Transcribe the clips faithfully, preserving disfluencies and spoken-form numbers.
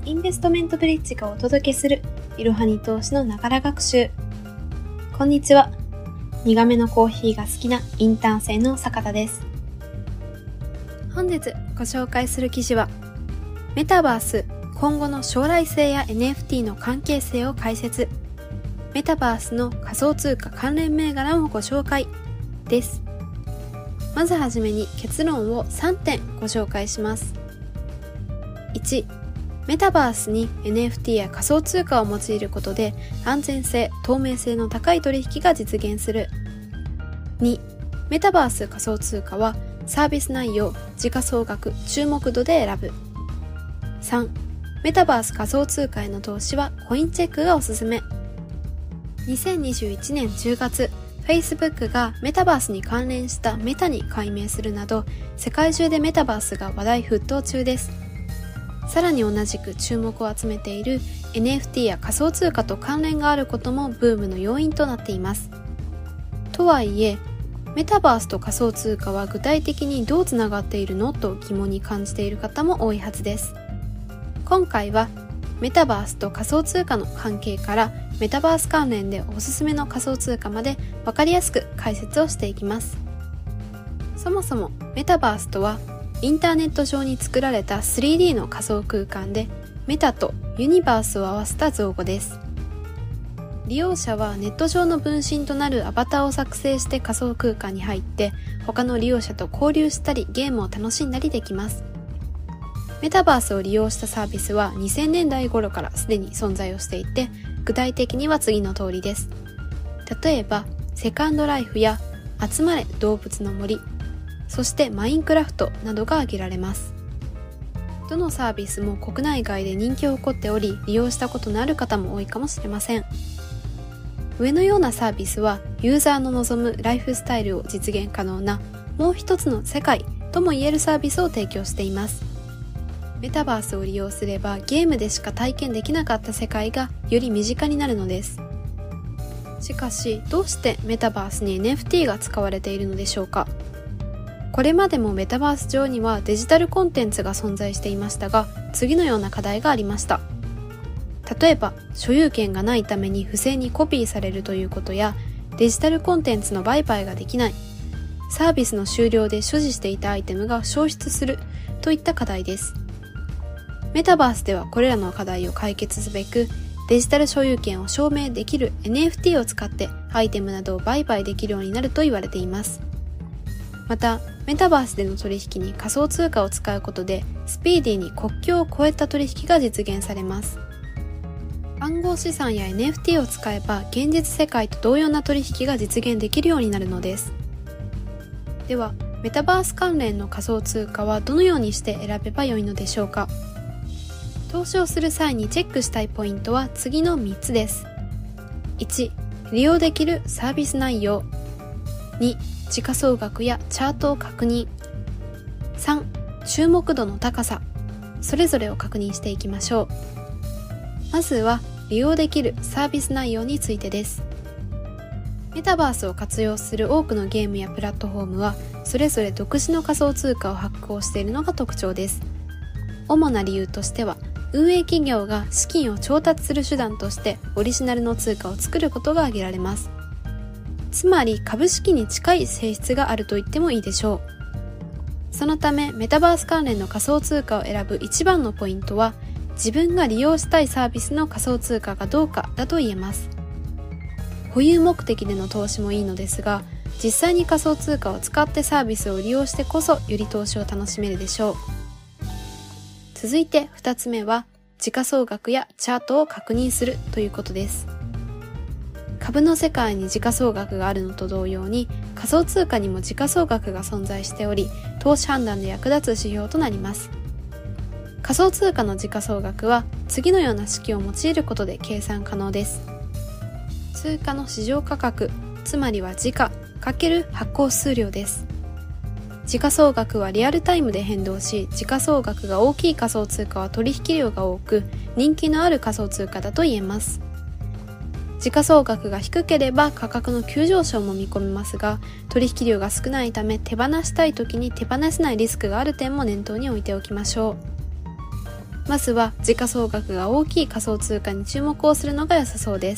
インベストメントブリッジがお届けするいろはに投資のながら学習。こんにちは。苦めのコーヒーが好きなインターン生の坂田です。本日ご紹介する記事はメタバース今後の将来性や エヌエフティー の関係性を解説、メタバースの仮想通貨関連銘柄をご紹介です。まずはじめに結論をさんてんご紹介します。いち、メタバースに エヌエフティー や仮想通貨を用いることで安全性・透明性の高い取引が実現する。に、メタバース仮想通貨はサービス内容、時価総額、注目度で選ぶ。さん、メタバース仮想通貨への投資はコインチェックがおすすめ。にせんにじゅういちねんじゅうがつ、Facebook がメタバースに関連したメタに改名するなど、世界中でメタバースが話題沸騰中です。さらに同じく注目を集めている エヌエフティー や仮想通貨と関連があることもブームの要因となっています。とはいえ、メタバースと仮想通貨は具体的にどうつながっているのと疑問に感じている方も多いはずです。今回はメタバースと仮想通貨の関係からメタバース関連でおすすめの仮想通貨まで分かりやすく解説をしていきます。そもそもメタバースとはインターネット上に作られた スリーディー の仮想空間でメタとユニバースを合わせた造語です。利用者はネット上の分身となるアバターを作成して仮想空間に入って他の利用者と交流したりゲームを楽しんだりできます。メタバースを利用したサービスはにせんねんだい頃からすでに存在をしていて、具体的には次の通りです。例えばセカンドライフや集まれ動物の森、そしてマインクラフトなどが挙げられます。どのサービスも国内外で人気を誇っており、利用したことのある方も多いかもしれません。上のようなサービスはユーザーの望むライフスタイルを実現可能なもう一つの世界ともいえるサービスを提供しています。メタバースを利用すればゲームでしか体験できなかった世界がより身近になるのです。しかしどうしてメタバースに エヌエフティー が使われているのでしょうか。これまでもメタバース上にはデジタルコンテンツが存在していましたが、次のような課題がありました。例えば所有権がないために不正にコピーされるということや、デジタルコンテンツの売買ができない、サービスの終了で所持していたアイテムが消失するといった課題です。メタバースではこれらの課題を解決すべく、デジタル所有権を証明できる エヌエフティー を使ってアイテムなどを売買できるようになると言われています。またメタバースでの取引に仮想通貨を使うことでスピーディーに国境を越えた取引が実現されます。暗号資産や エヌエフティー を使えば現実世界と同様な取引が実現できるようになるのです。ではメタバース関連の仮想通貨はどのようにして選べばよいのでしょうか。投資をする際にチェックしたいポイントは次のみっつです。いち、利用できるサービス内容。に、時価総額やチャートを確認。さん、注目度の高さ。それぞれを確認していきましょう。まずは利用できるサービス内容についてです。メタバースを活用する多くのゲームやプラットフォームはそれぞれ独自の仮想通貨を発行しているのが特徴です。主な理由としては、運営企業が資金を調達する手段としてオリジナルの通貨を作ることが挙げられます。つまり株式に近い性質があると言ってもいいでしょう。そのためメタバース関連の仮想通貨を選ぶ一番のポイントは、自分が利用したいサービスの仮想通貨がどうかだと言えます。保有目的での投資もいいのですが、実際に仮想通貨を使ってサービスを利用してこそより投資を楽しめるでしょう。続いてふたつめは、時価総額やチャートを確認するということです。株の世界に時価総額があるのと同様に、仮想通貨にも時価総額が存在しており、投資判断で役立つ指標となります。仮想通貨の時価総額は次のような式を用いることで計算可能です。通貨の市場価格、つまりは時価×発行数量です。時価総額はリアルタイムで変動し、時価総額が大きい仮想通貨は取引量が多く、人気のある仮想通貨だと言えます。時価総額が低ければ価格の急上昇も見込めますが、取引量が少ないため手放したい時に手放せないリスクがある点も念頭に置いておきましょう。 まずは時価総額が大きい仮想通貨に注目をするのが良さそうです。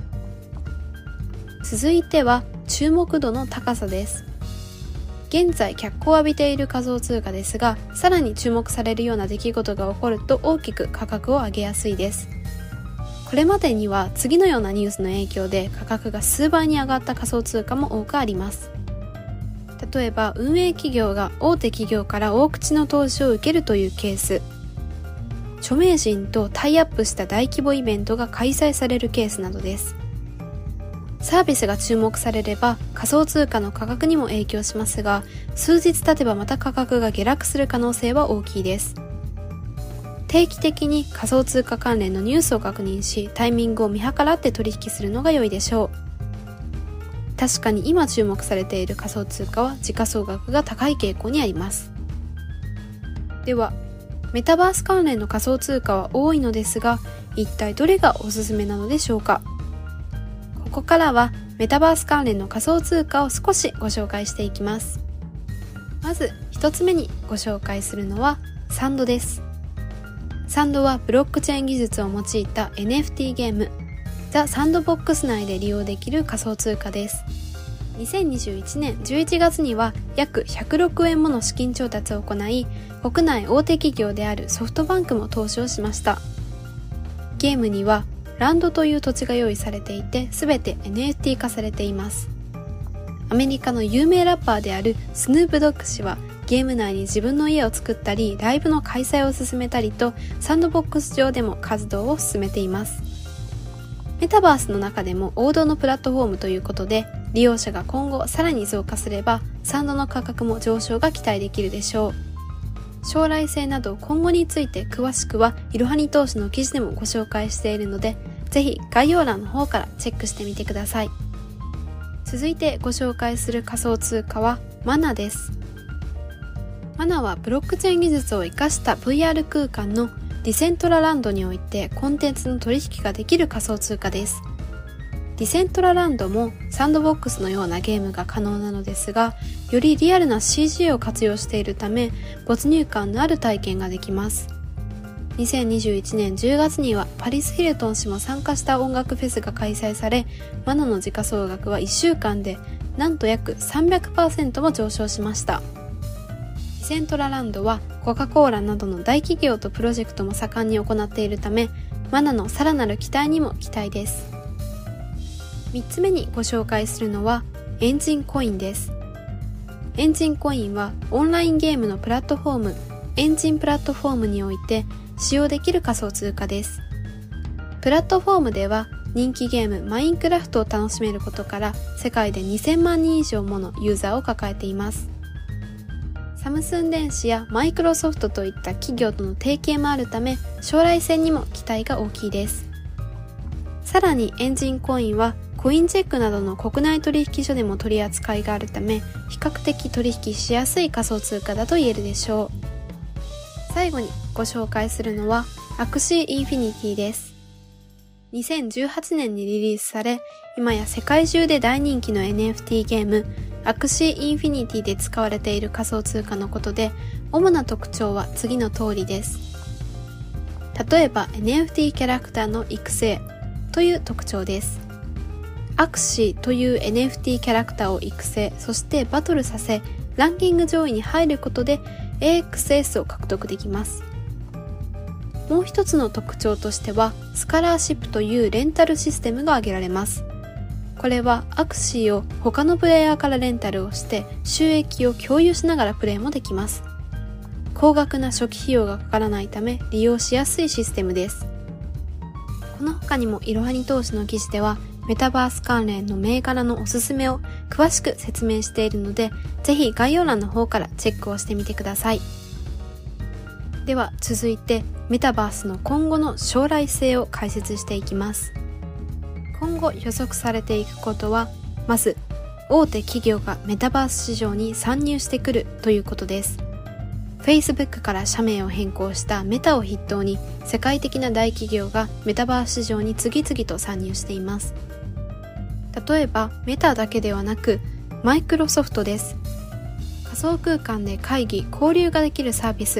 続いては注目度の高さです。現在脚光を浴びている仮想通貨ですが、さらに注目されるような出来事が起こると大きく価格を上げやすいです。これまでには次のようなニュースの影響で価格が数倍に上がった仮想通貨も多くあります。例えば運営企業が大手企業から大口の投資を受けるというケース、著名人とタイアップした大規模イベントが開催されるケースなどです。サービスが注目されれば仮想通貨の価格にも影響しますが、数日経てばまた価格が下落する可能性は大きいです。定期的に仮想通貨関連のニュースを確認し、タイミングを見計らって取引するのが良いでしょう。確かに今注目されている仮想通貨は時価総額が高い傾向にあります。では、メタバース関連の仮想通貨は多いのですが、一体どれがおすすめなのでしょうか。ここからはメタバース関連の仮想通貨を少しご紹介していきます。まず一つ目にご紹介するのはサンドです。サンドはブロックチェーン技術を用いた エヌエフティー ゲームザ・サンドボックス内で利用できる仮想通貨です。にせんにじゅういちねんじゅういちがつには約ひゃくろくえんもの資金調達を行い、国内大手企業であるソフトバンクも投資をしました。ゲームにはランドという土地が用意されていて、すべて エヌエフティー 化されています。アメリカの有名ラッパーであるスヌープドッグ氏はゲーム内に自分の家を作ったり、ライブの開催を進めたりと、サンドボックス上でも活動を進めています。メタバースの中でも王道のプラットフォームということで、利用者が今後さらに増加すれば、サンドの価格も上昇が期待できるでしょう。将来性など今後について詳しくはいろはに投資の記事でもご紹介しているので、ぜひ概要欄の方からチェックしてみてください。続いてご紹介する仮想通貨はマナです。マナはブロックチェーン技術を生かした ブイアール 空間のディセントラランドにおいてコンテンツの取引ができる仮想通貨です。ディセントラランドもサンドボックスのようなゲームが可能なのですが、よりリアルな シージー を活用しているため、没入感のある体験ができます。にせんにじゅういちねんじゅうがつにはパリス・ヒルトン氏も参加した音楽フェスが開催され、マナの時価総額はいっしゅうかんでなんと約 さんびゃくパーセント も上昇しました。ディセントラランドはコカ・コーラなどの大企業とプロジェクトも盛んに行っているため、マナのさらなる期待にも期待です。みっつめにご紹介するのはエンジンコインです。エンジンコインはオンラインゲームのプラットフォーム、エンジンプラットフォームにおいて使用できる仮想通貨です。プラットフォームでは人気ゲームマインクラフトを楽しめることから世界でにせんまんにん以上ものユーザーを抱えています。サムスン電子やマイクロソフトといった企業との提携もあるため、将来性にも期待が大きいです。さらにエンジンコインはコインチェックなどの国内取引所でも取り扱いがあるため、比較的取引しやすい仮想通貨だと言えるでしょう。最後にご紹介するのはアクシーインフィニティです。にせんじゅうはちねんにリリースされ、今や世界中で大人気の エヌエフティー ゲームアクシーインフィニティで使われている仮想通貨のことで、主な特徴は次の通りです。例えば エヌエフティー キャラクターの育成という特徴です。アクシーという エヌエフティー キャラクターを育成、そしてバトルさせ、ランキング上位に入ることで エーエックスエス を獲得できます。もう一つの特徴としては、スカラーシップというレンタルシステムが挙げられます。これはアクシーを他のプレイヤーからレンタルをして収益を共有しながらプレイもできます。高額な初期費用がかからないため利用しやすいシステムです。この他にもいろはに投資の記事ではメタバース関連の銘柄のおすすめを詳しく説明しているので、ぜひ概要欄の方からチェックをしてみてください。では続いてメタバースの今後の将来性を解説していきます。今後予測されていくことは、まず大手企業がメタバース市場に参入してくるということです。Facebook から社名を変更したメタを筆頭に世界的な大企業がメタバース市場に次々と参入しています。例えばメタだけではなくマイクロソフトです。仮想空間で会議・交流ができるサービス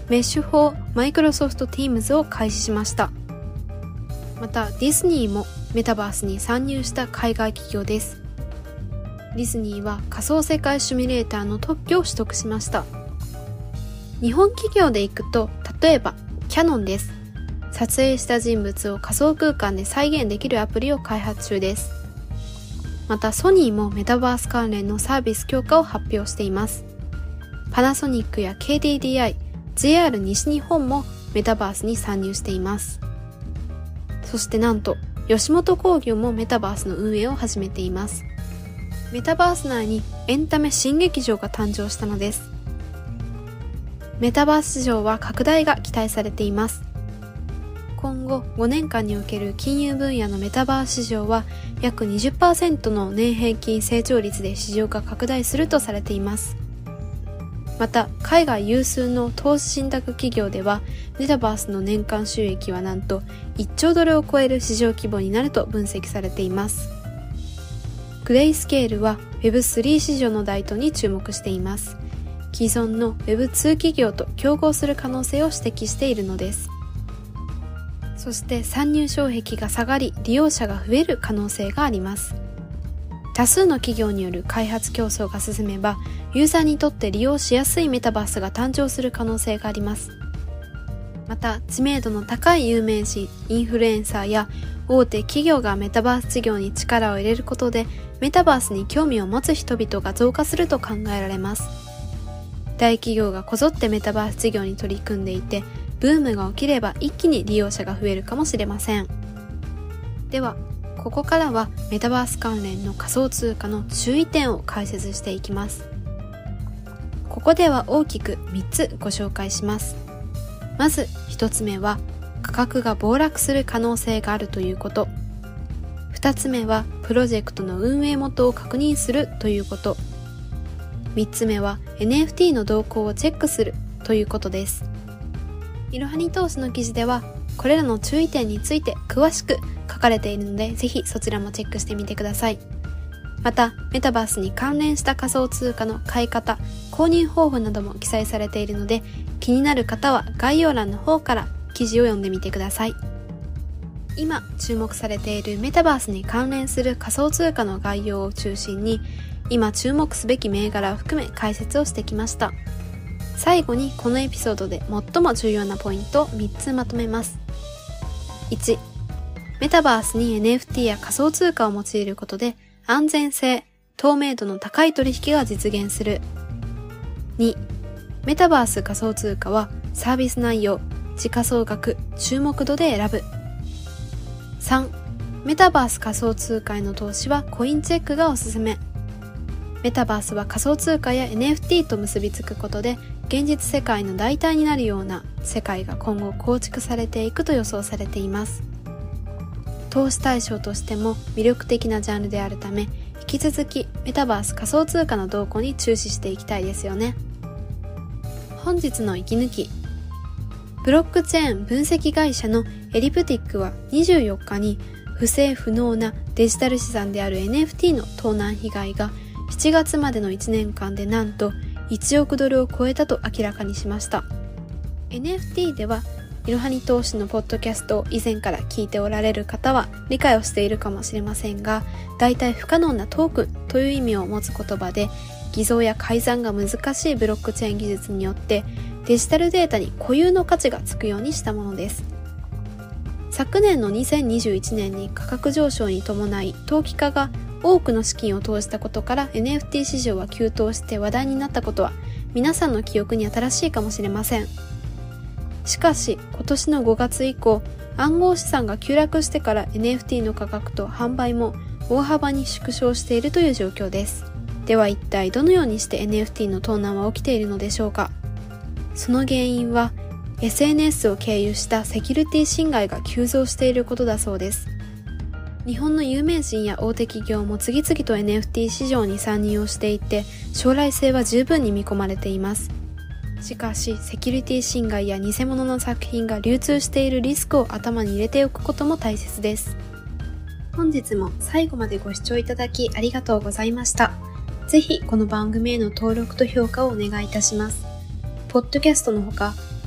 メッシュ法マイクロソフト Teams を開始しました。またディズニーもメタバースに参入した海外企業です。ディズニーは仮想世界シミュレーターの特許を取得しました。日本企業で行くと、例えばキャノンです。撮影した人物を仮想空間で再現できるアプリを開発中です。またソニーもメタバース関連のサービス強化を発表しています。パナソニックや ケーディーディーアイ、ジェイアール 西日本もメタバースに参入しています。そしてなんと吉本興業もメタバースの運営を始めています。メタバース内にエンタメ新劇場が誕生したのです。メタバース市場は拡大が期待されています。今後ごねんかんにおける金融分野のメタバース市場は約 にじゅっパーセント の年平均成長率で市場が拡大するとされています。また海外有数の投資信託企業ではメタバースの年間収益はなんといっちょうドルを超える市場規模になると分析されています。グレイスケールは ウェブスリー 市場の台頭に注目しています。既存の ウェブツー 企業と競合する可能性を指摘しているのです。そして参入障壁が下がり利用者が増える可能性があります。多数の企業による開発競争が進めばユーザーにとって利用しやすいメタバースが誕生する可能性があります。また知名度の高い有名人、インフルエンサーや大手企業がメタバース事業に力を入れることでメタバースに興味を持つ人々が増加すると考えられます。大企業がこぞってメタバース事業に取り組んでいてブームが起きれば一気に利用者が増えるかもしれません。ではここからはメタバース関連の仮想通貨の注意点を解説していきます。ここでは大きくみっつご紹介します。まずひとつめは価格が暴落する可能性があるということ。ふたつめはプロジェクトの運営元を確認するということ。みっつめは エヌエフティー の動向をチェックするということです。いろはに投資の記事ではこれらの注意点について詳しく書かれているのでぜひそちらもチェックしてみてください。またメタバースに関連した仮想通貨の買い方、購入方法なども記載されているので気になる方は概要欄の方から記事を読んでみてください。今注目されているメタバースに関連する仮想通貨の概要を中心に今注目すべき銘柄を含め解説をしてきました。最後にこのエピソードで最も重要なポイントをみっつまとめます。いち、メタバースに エヌエフティー や仮想通貨を用いることで安全性、透明度の高い取引が実現する。に、メタバース仮想通貨はサービス内容、時価総額、注目度で選ぶ。さん、メタバース仮想通貨への投資はコインチェックがおすすめ。メタバースは仮想通貨や エヌエフティー と結びつくことで現実世界の代替になるような世界が今後構築されていくと予想されています。投資対象としても魅力的なジャンルであるため引き続きメタバース仮想通貨の動向に注視していきたいですよね。本日の息抜き。ブロックチェーン分析会社のエリプティックはにじゅうよっかに不正不納なデジタル資産である エヌエフティー の盗難被害がしちがつまでのいちねんかんでなんといちおくドルを超えたと明らかにしました。 エヌエフティー ではいろはに投資のポッドキャストを以前から聞いておられる方は理解をしているかもしれませんが、大体不可能なトークンという意味を持つ言葉で偽造や改ざんが難しいブロックチェーン技術によってデジタルデータに固有の価値がつくようにしたものです。昨年のにせんにじゅういちねんに価格上昇に伴い投機家が多くの資金を投じたことから エヌエフティー 市場は急騰して話題になったことは皆さんの記憶に新しいかもしれません。しかし今年のごがつ以降、暗号資産が急落してから エヌエフティー の価格と販売も大幅に縮小しているという状況です。では一体どのようにして エヌエフティー の盗難は起きているのでしょうか。その原因は エスエヌエス を経由したセキュリティ侵害が急増していることだそうです。日本の有名人や大手企業も次々と エヌエフティー 市場に参入をしていて、将来性は十分に見込まれています。しかし、セキュリティ侵害や偽物の作品が流通しているリスクを頭に入れておくことも大切です。本日も最後までご視聴いただきありがとうございました。ぜひこの番組への登録と評価をお願いいたします。ポッドキャストのほか、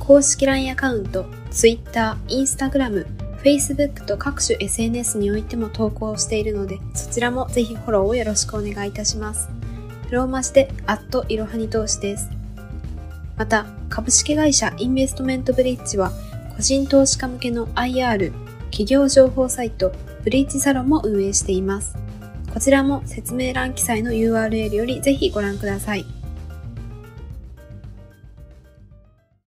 公式 ライン アカウント、Twitter、Instagram、Facebook と各種 エスエヌエス においても投稿しているので、そちらもぜひフォローをよろしくお願いいたします。ローマ字でアットいろはに投資です。また、株式会社インベストメントブリッジは、個人投資家向けの アイアール、企業情報サイト、ブリッジサロンも運営しています。こちらも説明欄記載の ユーアールエル よりぜひご覧ください。